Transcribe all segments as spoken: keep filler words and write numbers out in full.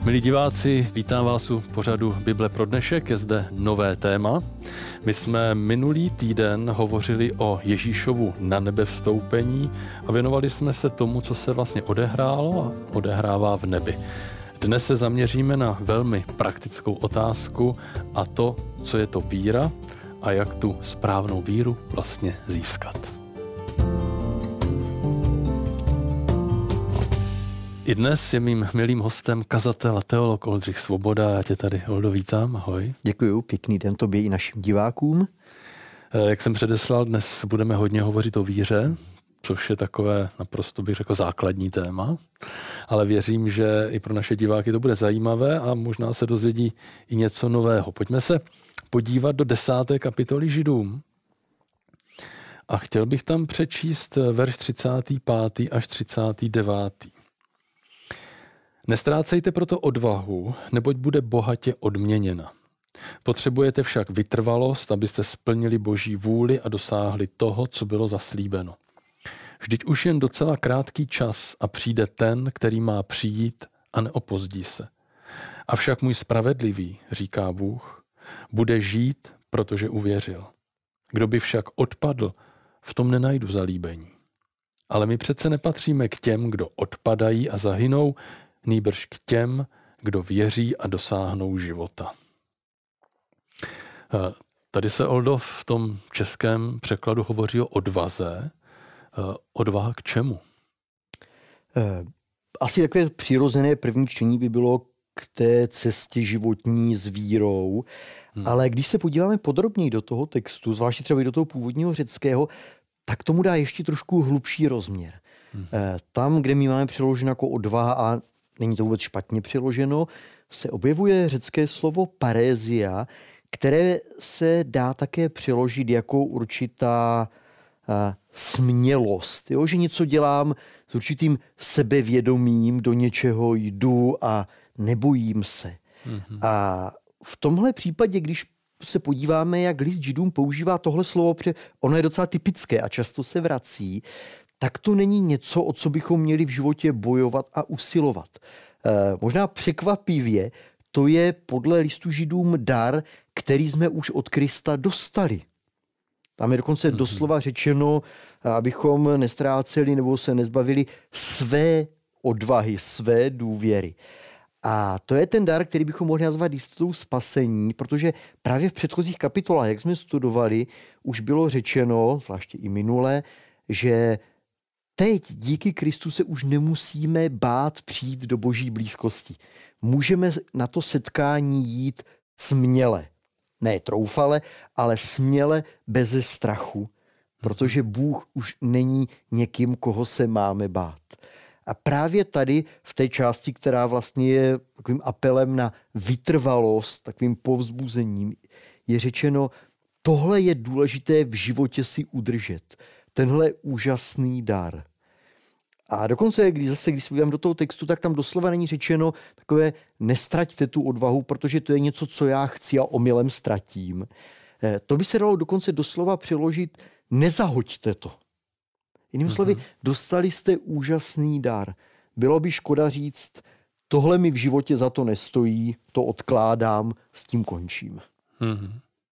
Milí diváci, vítám vás u pořadu Bible pro dnešek, je zde nové téma. My jsme minulý týden hovořili o Ježíšovu nanebevstoupení a věnovali jsme se tomu, co se vlastně odehrálo a odehrává v nebi. Dnes se zaměříme na velmi praktickou otázku a to, co je to víra a jak tu správnou víru vlastně získat. I dnes je mým milým hostem kazatel a teolog Oldřich Svoboda. Já tě tady, Oldo, vítám. Ahoj. Děkuju, pěkný den tobě i našim divákům. Jak jsem předeslal, dnes budeme hodně hovořit o víře, což je takové naprosto, bych řekl, základní téma. Ale věřím, že i pro naše diváky to bude zajímavé a možná se dozvědí i něco nového. Pojďme se podívat do desáté kapitoly Židům. A chtěl bych tam přečíst verš třicátý pátý až třicátý devátý Nestrácejte proto odvahu, neboť bude bohatě odměněna. Potřebujete však vytrvalost, abyste splnili Boží vůli a dosáhli toho, co bylo zaslíbeno. Vždyť už jen docela krátký čas a přijde ten, který má přijít a neopozdí se. Avšak můj spravedlivý, říká Bůh, bude žít, protože uvěřil. Kdo by však odpadl, v tom nenajdu zalíbení. Ale my přece nepatříme k těm, kdo odpadají a zahynou, nýbrž k těm, kdo věří a dosáhnou života. Tady se, Oldo, v tom českém překladu hovoří o odvaze. Odvaha k čemu? Asi takové přirozené první čtení by bylo k té cestě životní s vírou, hmm. ale když se podíváme podrobněji do toho textu, zvláště třeba i do toho původního řeckého, tak tomu dá ještě trošku hlubší rozměr. Hmm. Tam, kde my máme přeloženo jako odvaha a není to vůbec špatně přeloženo, se objevuje řecké slovo parézia, které se dá také přeložit jako určitá uh, smělost. Jo? Že něco dělám s určitým sebevědomím, do něčeho jdu a nebojím se. Mm-hmm. A v tomhle případě, když se podíváme, jak list Židům používá tohle slovo, protože ono je docela typické a často se vrací, tak to není něco, o co bychom měli v životě bojovat a usilovat. E, možná překvapivě, to je podle listu Židům dar, který jsme už od Krista dostali. Tam je dokonce mm-hmm. doslova řečeno, abychom nestráceli nebo se nezbavili své odvahy, své důvěry. A to je ten dar, který bychom mohli nazvat jistotou spasení, protože právě v předchozích kapitolách, jak jsme studovali, už bylo řečeno, zvláště i minule, že teď díky Kristu se už nemusíme bát přijít do Boží blízkosti. Můžeme na to setkání jít směle. Ne troufale, ale směle beze strachu, protože Bůh už není někým, koho se máme bát. A právě tady v té části, která vlastně je takovým apelem na vytrvalost, takovým povzbuzením, je řečeno, tohle je důležité v životě si udržet. Tenhle úžasný dar. A dokonce, když zase, když se podívám do toho textu, tak tam doslova není řečeno takové nestraťte tu odvahu, protože to je něco, co já chci a omylem ztratím. To by se dalo dokonce doslova přeložit nezahoďte to. Jinými mm-hmm. slovy, dostali jste úžasný dar. Bylo by škoda říct, tohle mi v životě za to nestojí, to odkládám, s tím končím. Mm-hmm.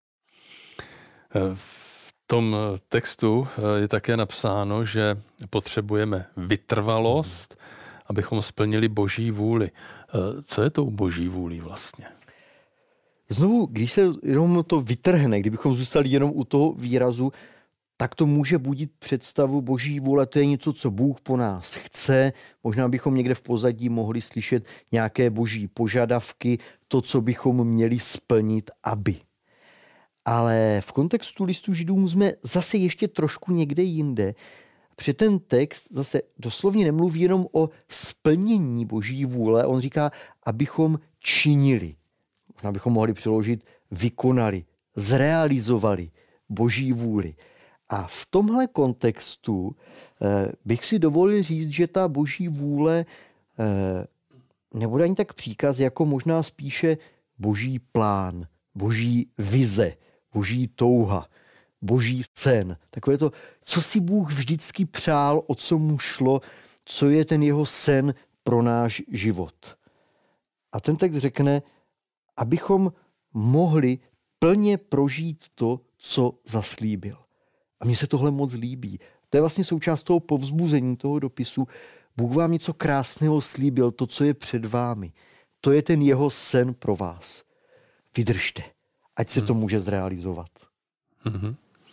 V tom textu je také napsáno, že potřebujeme vytrvalost, abychom splnili Boží vůli. Co je tou Boží vůlí vlastně? Znovu, když se jenom to vytrhne, kdybychom zůstali jenom u toho výrazu, tak to může budit představu Boží vůle. To je něco, co Bůh po nás chce. Možná bychom někde v pozadí mohli slyšet nějaké boží požadavky, to, co bychom měli splnit, aby. Ale v kontextu listu Židům jsme zase ještě trošku někde jinde. Protože ten text zase doslovně nemluví jenom o splnění Boží vůle. On říká, abychom činili. Možná bychom mohli přeložit vykonali, zrealizovali Boží vůli. A v tomhle kontextu eh, bych si dovolil říct, že ta Boží vůle eh, nebude ani tak příkaz, jako možná spíše Boží plán, Boží vize, Boží touha, Boží sen. Takové to, co si Bůh vždycky přál, o co mu šlo, co je ten jeho sen pro náš život. A ten text řekne, abychom mohli plně prožít to, co zaslíbil. A mně se tohle moc líbí. To je vlastně součást toho povzbuzení toho dopisu. Bůh vám něco krásného slíbil, to, co je před vámi. To je ten jeho sen pro vás. Vydržte, ať se hmm. to může zrealizovat. Hmm.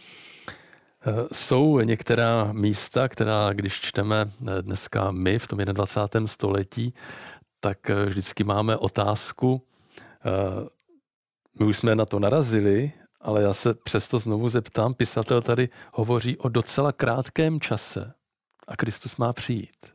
Jsou některá místa, která, když čteme dneska my v tom dvacátém prvním století, tak vždycky máme otázku, my už jsme na to narazili, ale já se přesto znovu zeptám, pisatel tady hovoří o docela krátkém čase a Kristus má přijít.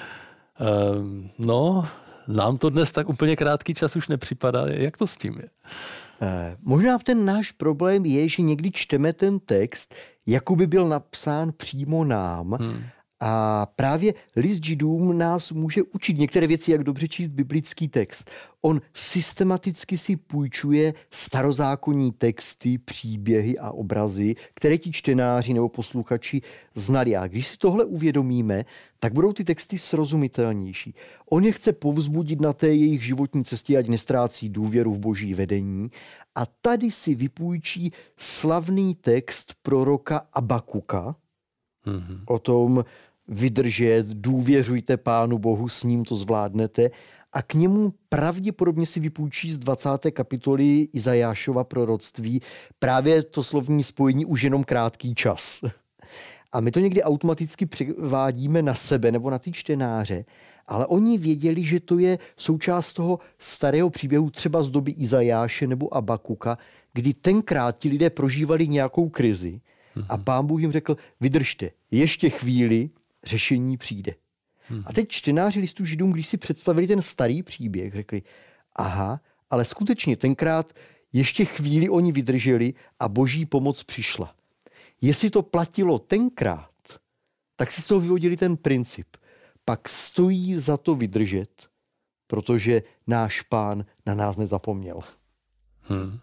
No, nám to dnes tak úplně krátký čas už nepřipadá. Jak to s tím je? Eh, možná ten náš problém je, že někdy čteme ten text, jako by byl napsán přímo nám. Hmm. A právě list Židům nás může učit některé věci, jak dobře číst biblický text. On systematicky si půjčuje starozákonní texty, příběhy a obrazy, které ti čtenáři nebo posluchači znali. A když si tohle uvědomíme, tak budou ty texty srozumitelnější. On je chce povzbudit na té jejich životní cestě, ať nestrácí důvěru v boží vedení. A tady si vypůjčí slavný text proroka Abakuka, mm-hmm. o tom vydržet, důvěřujte Pánu Bohu, s ním to zvládnete. A k němu pravděpodobně si vypůjčí z dvacáté kapitoly Izajášova proroctví právě to slovní spojení už jenom krátký čas. A my to někdy automaticky převádíme na sebe nebo na ty čtenáře, ale oni věděli, že to je součást toho starého příběhu třeba z doby Izajáše nebo Abakuka, kdy tenkrát ti lidé prožívali nějakou krizi a Pán Bůh jim řekl, vydržte, ještě chvíli, řešení přijde. Hmm. A teď čtenáři listu Židům, když si představili ten starý příběh, řekli, aha, ale skutečně tenkrát ještě chvíli oni vydrželi a boží pomoc přišla. Jestli to platilo tenkrát, tak si z toho vyvodili ten princip. Pak stojí za to vydržet, protože náš Pán na nás nezapomněl. Hmm.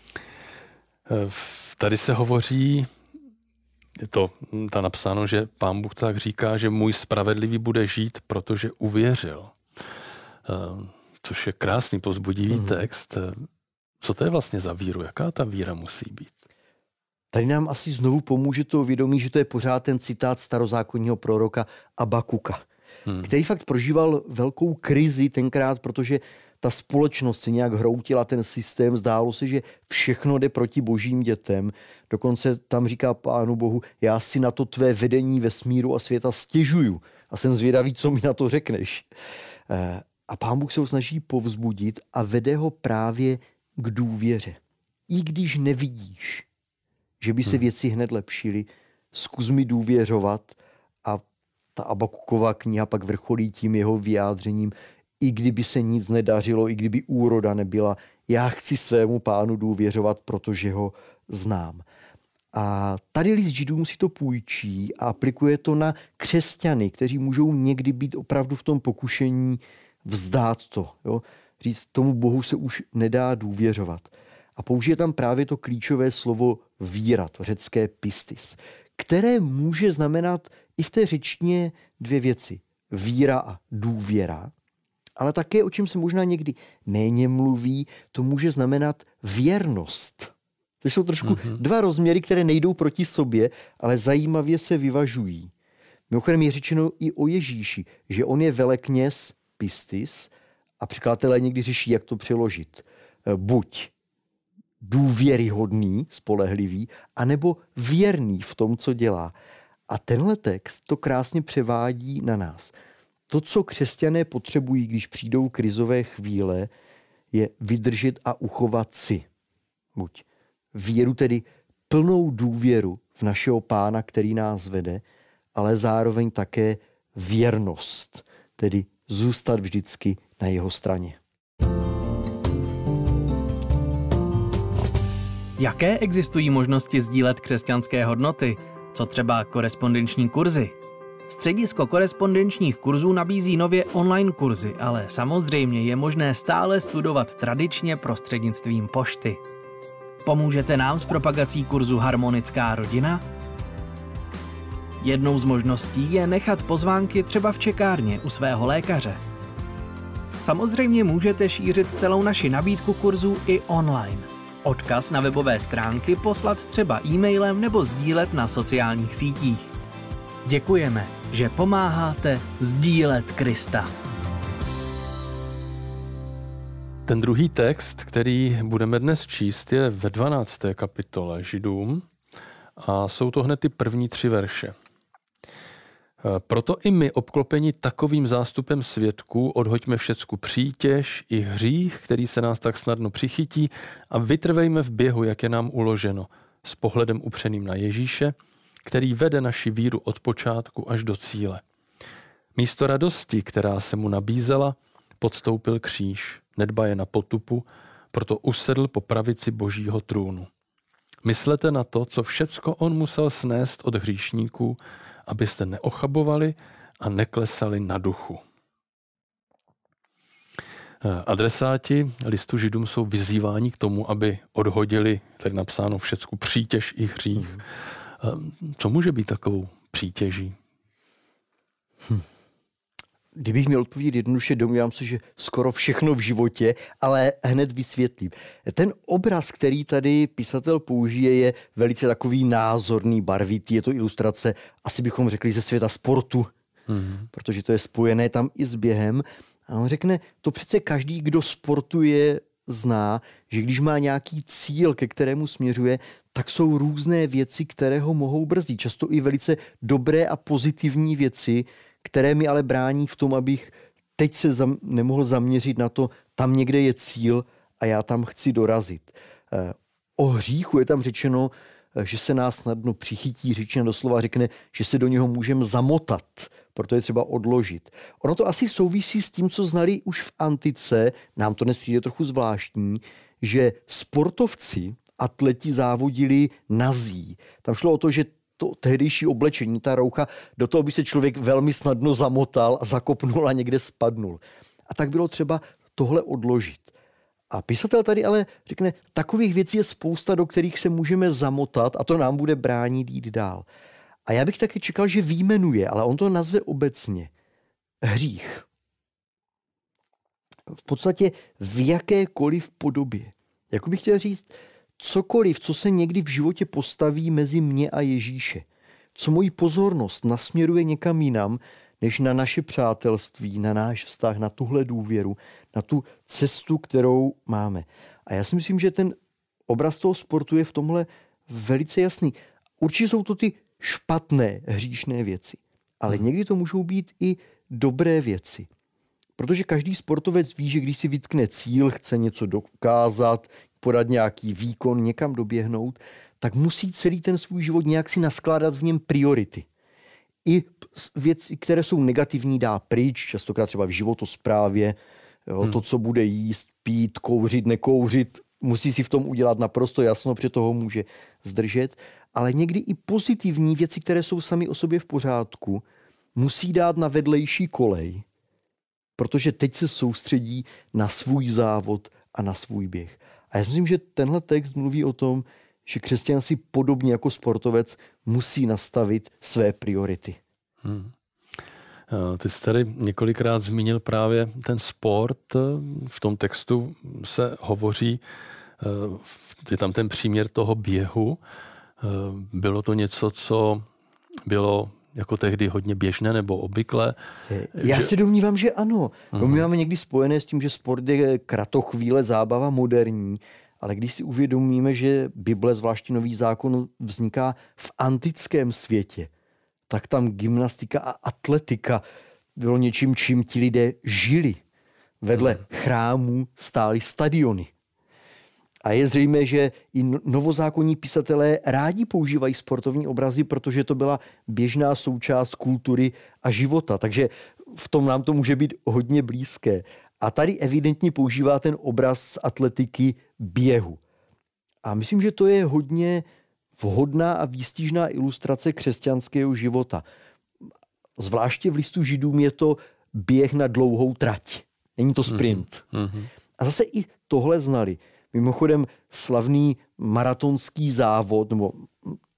Tady se hovoří, je to tam napsáno, že Pán Bůh tak říká, že můj spravedlivý bude žít, protože uvěřil. Což je krásný, povzbudivý mm. text. Co to je vlastně za víru? Jaká ta víra musí být? Tady nám asi znovu pomůže to vědomí, že to je pořád ten citát starozákonního proroka Abakuka, hmm. který fakt prožíval velkou krizi tenkrát, protože ta společnost se nějak hroutila, ten systém, zdálo se, že všechno jde proti božím dětem. Dokonce tam říká Pánu Bohu, já si na to tvé vedení vesmíru a světa stěžuju a jsem zvědavý, co mi na to řekneš. A Pán Bůh se ho snaží povzbudit a vede ho právě k důvěře. I když nevidíš, že by se hmm. věci hned lepšily, zkus mi důvěřovat. A ta Abakukova kniha pak vrcholí tím jeho vyjádřením, i kdyby se nic nedařilo, i kdyby úroda nebyla, já chci svému Pánu důvěřovat, protože ho znám. A tady list Židům si to půjčí a aplikuje to na křesťany, kteří můžou někdy být opravdu v tom pokušení vzdát to. Jo? Říct, tomu Bohu se už nedá důvěřovat. A použije tam právě to klíčové slovo víra, to řecké pistis, které může znamenat i v té řečtině dvě věci. Víra a důvěra, ale také, o čem se možná někdy méně mluví, to může znamenat věrnost. To jsou trošku mm-hmm. dva rozměry, které nejdou proti sobě, ale zajímavě se vyvažují. Mimochodem je řečeno i o Ježíši, že on je velekněz pistis a překladatelé někdy řeší, jak to přeložit. Buď důvěryhodný, spolehlivý, anebo věrný v tom, co dělá. A tenhle text to krásně převádí na nás. To, co křesťané potřebují, když přijdou krizové chvíle, je vydržet a uchovat si. Buď víru, tedy plnou důvěru v našeho Pána, který nás vede, ale zároveň také věrnost, tedy zůstat vždycky na jeho straně. Jaké existují možnosti sdílet křesťanské hodnoty? Co třeba korespondenční kurzy? Středisko korespondenčních kurzů nabízí nově online kurzy, ale samozřejmě je možné stále studovat tradičně prostřednictvím pošty. Pomůžete nám s propagací kurzu Harmonická rodina? Jednou z možností je nechat pozvánky třeba v čekárně u svého lékaře. samozřejmě můžete šířit celou naši nabídku kurzů i online. Odkaz na webové stránky poslat třeba e-mailem nebo sdílet na sociálních sítích. Děkujeme, že pomáháte sdílet Krista. Ten druhý text, který budeme dnes číst, je ve dvanácté kapitole Židům a jsou to hned ty první tři verše. Proto i my, obklopeni takovým zástupem svědků, odhoďme všecku přítěž i hřích, který se nás tak snadno přichytí, a vytrvejme v běhu, jak je nám uloženo, s pohledem upřeným na Ježíše, který vede naši víru od počátku až do cíle. Místo radosti, která se mu nabízela, podstoupil kříž, nedbaje na potupu, proto usedl po pravici Božího trůnu. Myslete na to, co všecko on musel snést od hříšníků, abyste neochabovali a neklesali na duchu. Adresáti listu Židům jsou vyzýváni k tomu, aby odhodili, tak napsáno všecku, přítěž i hřích. Hmm. Co může být takovou přítěží? Hm. Kdybych měl odpovědět jednoduše, domnívám se, že skoro všechno v životě, ale hned vysvětlím. Ten obraz, který tady pisatel použije, je velice takový názorný, barvitý. Je to ilustrace, asi bychom řekli, ze světa sportu, mm-hmm. protože to je spojené tam i s během. A on řekne, to přece každý, kdo sportuje, zná, že když má nějaký cíl, ke kterému směřuje, tak jsou různé věci, které ho mohou brzdit. Často i velice dobré a pozitivní věci, které mi ale brání v tom, abych teď se zam, nemohl zaměřit na to, tam někde je cíl a já tam chci dorazit. O hříchu je tam řečeno, že se nás snadno přichytí, řečeno doslova řekne, že se do něho můžeme zamotat, proto je třeba odložit. Ono to asi souvisí s tím, co znali už v antice, nám to dnes přijde trochu zvláštní, že sportovci, atleti závodili nazí. Tam šlo o to, že to tehdejší oblečení, ta roucha, do toho by se člověk velmi snadno zamotal a zakopnul a někde spadnul. A tak bylo třeba tohle odložit. A pisatel tady ale řekne, takových věcí je spousta, do kterých se můžeme zamotat a to nám bude bránit jít dál. A já bych taky čekal, že vyjmenuje, ale on to nazve obecně. Hřích. V podstatě v jakékoliv podobě. Jako bych chtěl říct, cokoliv, co se někdy v životě postaví mezi mě a Ježíše, co moji pozornost nasměruje někam jinam, než na naše přátelství, na náš vztah, na tuhle důvěru, na tu cestu, kterou máme. A já si myslím, že ten obraz toho sportu je v tomhle velice jasný. Určitě jsou to ty špatné, hříšné věci, ale hmm. někdy to můžou být i dobré věci. Protože každý sportovec ví, že když si vytkne cíl, chce něco dokázat, podat nějaký výkon, někam doběhnout, tak musí celý ten svůj život nějak si naskládat v něm priority. I věci, které jsou negativní, dá pryč, častokrát třeba v životosprávě, jo, hmm. to, co bude jíst, pít, kouřit, nekouřit, musí si v tom udělat naprosto jasno, protože toho může zdržet, ale někdy i pozitivní věci, které jsou sami o sobě v pořádku, musí dát na vedlejší kolej, protože teď se soustředí na svůj závod a na svůj běh. A já myslím, že tenhle text mluví o tom, že křesťan si podobně jako sportovec musí nastavit své priority. Hmm. Ty jsi tady několikrát zmínil právě ten sport. V tom textu se hovoří, je tam ten příměr toho běhu. Bylo to něco, co bylo jako tehdy hodně běžné nebo obvyklé? Já že... se domnívám, že ano. Uh-huh. My máme někdy spojené s tím, že sport je kratochvíle, zábava moderní, ale když si uvědomíme, že Bible, zvláště Nový zákon, vzniká v antickém světě, tak tam gymnastika a atletika bylo něčím, čím ti lidé žili. Vedle uh-huh. chrámů stály stadiony. A je zřejmé, že i novozákonní pisatelé rádi používají sportovní obrazy, protože to byla běžná součást kultury a života. Takže v tom nám to může být hodně blízké. A tady evidentně používá ten obraz z atletiky běhu. A myslím, že to je hodně vhodná a výstižná ilustrace křesťanského života. Zvláště v listu Židům je to běh na dlouhou trať. Není to sprint. Mm-hmm. A zase i tohle znali. Mimochodem slavný maratonský závod, nebo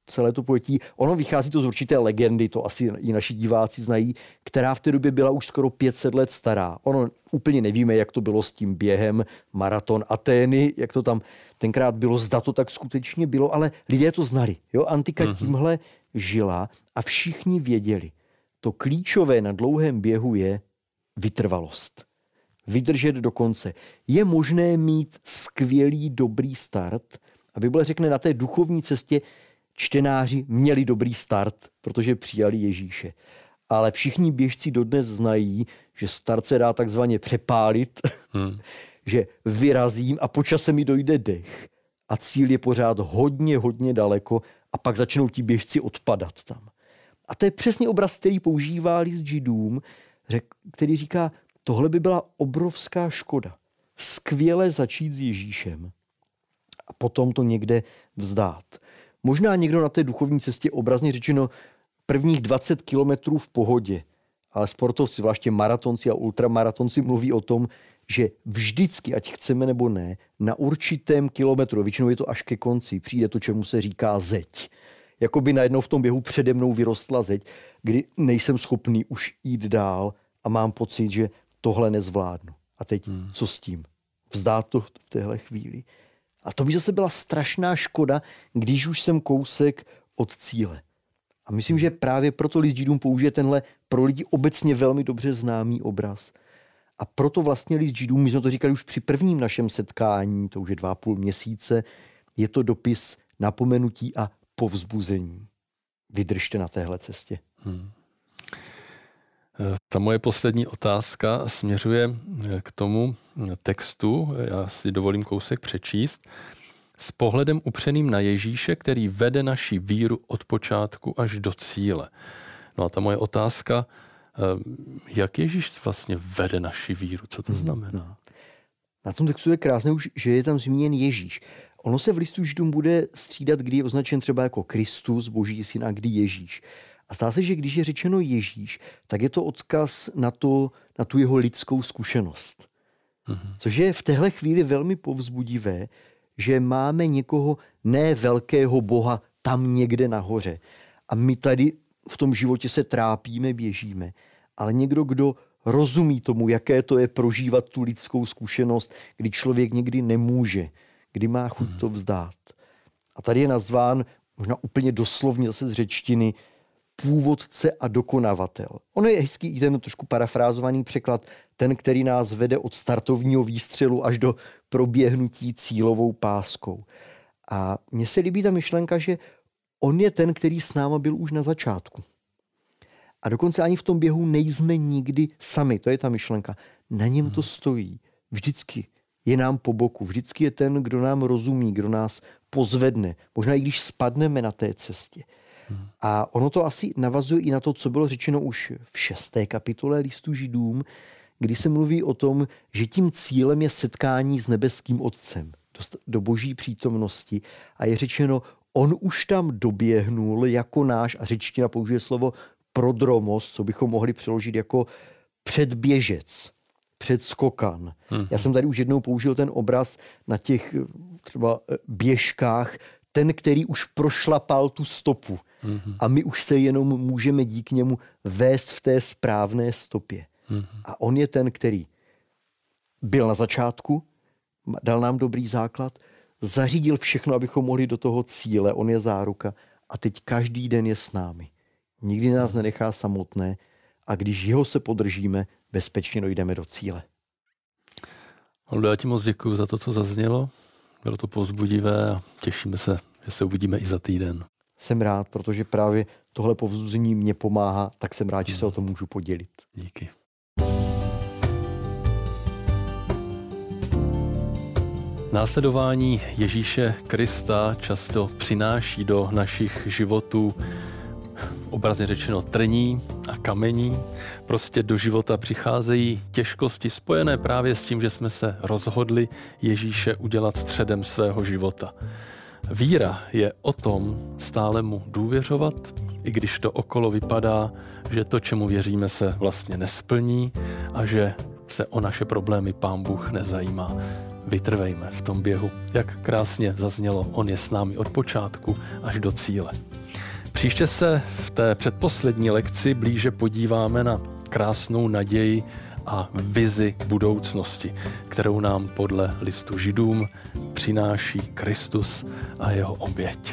celé to pojetí. Ono vychází to z určité legendy, to asi i naši diváci znají, která v té době byla už skoro pět set let stará. Ono úplně nevíme, jak to bylo s tím během, maraton Atény, jak to tam tenkrát bylo, zda to tak skutečně bylo, ale lidé to znali. Jo? Antika mm-hmm. tímhle žila a všichni věděli. To klíčové na dlouhém běhu je vytrvalost. Vydržet do konce. Je možné mít skvělý, dobrý start. A Bible řekne, na té duchovní cestě čtenáři měli dobrý start, protože přijali Ježíše. Ale všichni běžci dodnes znají, že start se dá takzvaně přepálit, hmm. že vyrazím a po čase mi dojde dech. A cíl je pořád hodně, hodně daleko a pak začnou ti běžci odpadat tam. A to je přesně obraz, který používá list Židům, který říká, tohle by byla obrovská škoda. Skvěle začít s Ježíšem a potom to někde vzdát. Možná někdo na té duchovní cestě, obrazně řečeno, prvních dvacet kilometrů v pohodě, ale sportovci, zvláště maratonci a ultramaratonci mluví o tom, že vždycky, ať chceme nebo ne, na určitém kilometru, většinou je to až ke konci, přijde to, čemu se říká zeď. Jakoby najednou v tom běhu přede mnou vyrostla zeď, kdy nejsem schopný už jít dál a mám pocit, že tohle nezvládnu. A teď hmm. co s tím? Vzdát to v téhle chvíli. A to by zase byla strašná škoda, když už jsem kousek od cíle. A myslím, že právě proto list Židům použije tenhle pro lidi obecně velmi dobře známý obraz. A proto vlastně list Židům, my jsme to říkali už při prvním našem setkání, to už je dva a půl měsíce, je to dopis napomenutí a povzbuzení. Vydržte na téhle cestě. Hmm. Ta moje poslední otázka směřuje k tomu textu, já si dovolím kousek přečíst, s pohledem upřeným na Ježíše, který vede naši víru od počátku až do cíle. No a ta moje otázka, jak Ježíš vlastně vede naši víru, co to znamená? Na tom textu je krásné už, že je tam zmíněn Ježíš. Ono se v listu Židům bude střídat, kdy je označen třeba jako Kristus, Boží syn, a kdy Ježíš. A zdá se, že když je řečeno Ježíš, tak je to odkaz na, to, na tu jeho lidskou zkušenost. Mhm. Což je v téhle chvíli velmi povzbudivé, že máme někoho ne velkého Boha tam někde nahoře. A my tady v tom životě se trápíme, běžíme. Ale někdo, kdo rozumí tomu, jaké to je prožívat tu lidskou zkušenost, kdy člověk někdy nemůže, kdy má chuť to vzdát. A tady je nazván, možná úplně doslovně zase z řečtiny, původce a dokonavatel. Ono je hezký i ten trošku parafrázovaný překlad, ten, který nás vede od startovního výstřelu až do proběhnutí cílovou páskou. A mně se líbí ta myšlenka, že on je ten, který s náma byl už na začátku. A dokonce ani v tom běhu nejsme nikdy sami. To je ta myšlenka. Na něm to stojí. Vždycky je nám po boku. Vždycky je ten, kdo nám rozumí, kdo nás pozvedne. Možná i když spadneme na té cestě. A ono to asi navazuje i na to, co bylo řečeno už v šesté kapitole listu Židům, kdy se mluví o tom, že tím cílem je setkání s nebeským Otcem do Boží přítomnosti. A je řečeno, on už tam doběhnul jako náš, a řečtina použije slovo prodromos, co bychom mohli přeložit jako předběžec, předskokan. Hmm. Já jsem tady už jednou použil ten obraz na těch třeba běžkách, ten, který už prošlapal tu stopu. Mm-hmm. A my už se jenom můžeme díky němu vést v té správné stopě. Mm-hmm. A on je ten, který byl na začátku, dal nám dobrý základ, zařídil všechno, abychom mohli do toho cíle. On je záruka. A teď každý den je s námi. Nikdy nás nenechá samotné. A když jeho se podržíme, bezpečně dojdeme do cíle. Oldo, já ti moc děkuju za to, co zaznělo. Bylo to povzbudivé a těšíme se, že se uvidíme i za týden. Jsem rád, protože právě tohle povzbuzení mě pomáhá, tak jsem rád, že se o tom můžu podělit. Díky. Následování Ježíše Krista často přináší do našich životů, obrazně řečeno, trní a kamení. Prostě do života přicházejí těžkosti spojené právě s tím, že jsme se rozhodli Ježíše udělat středem svého života. Víra je o tom stále mu důvěřovat, i když to okolo vypadá, že to, čemu věříme, se vlastně nesplní a že se o naše problémy Pán Bůh nezajímá. Vytrvejme v tom běhu. Jak krásně zaznělo, on je s námi od počátku až do cíle. Příště se v té předposlední lekci blíže podíváme na krásnou naději a vizi budoucnosti, kterou nám podle listu Židům přináší Kristus a jeho oběť.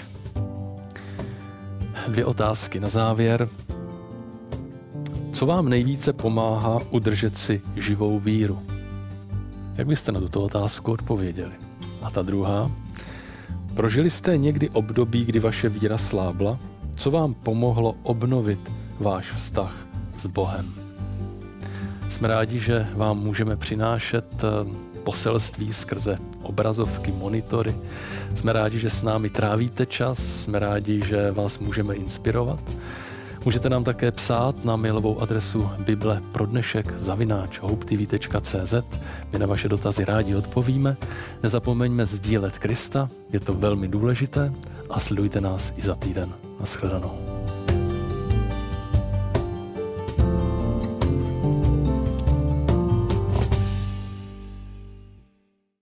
Dvě otázky na závěr. Co vám nejvíce pomáhá udržet si živou víru? Jak byste na tuto otázku odpověděli? A ta druhá. Prožili jste někdy období, kdy vaše víra slábla? Co vám pomohlo obnovit váš vztah s Bohem? Jsme rádi, že vám můžeme přinášet poselství skrze obrazovky, monitory. Jsme rádi, že s námi trávíte čas, jsme rádi, že vás můžeme inspirovat. Můžete nám také psát na mailovou adresu bible pro dnešek zavináč hopetv tečka cz. My na vaše dotazy rádi odpovíme. Nezapomeňme sdílet Krista, je to velmi důležité a sledujte nás i za týden. Naschledanou.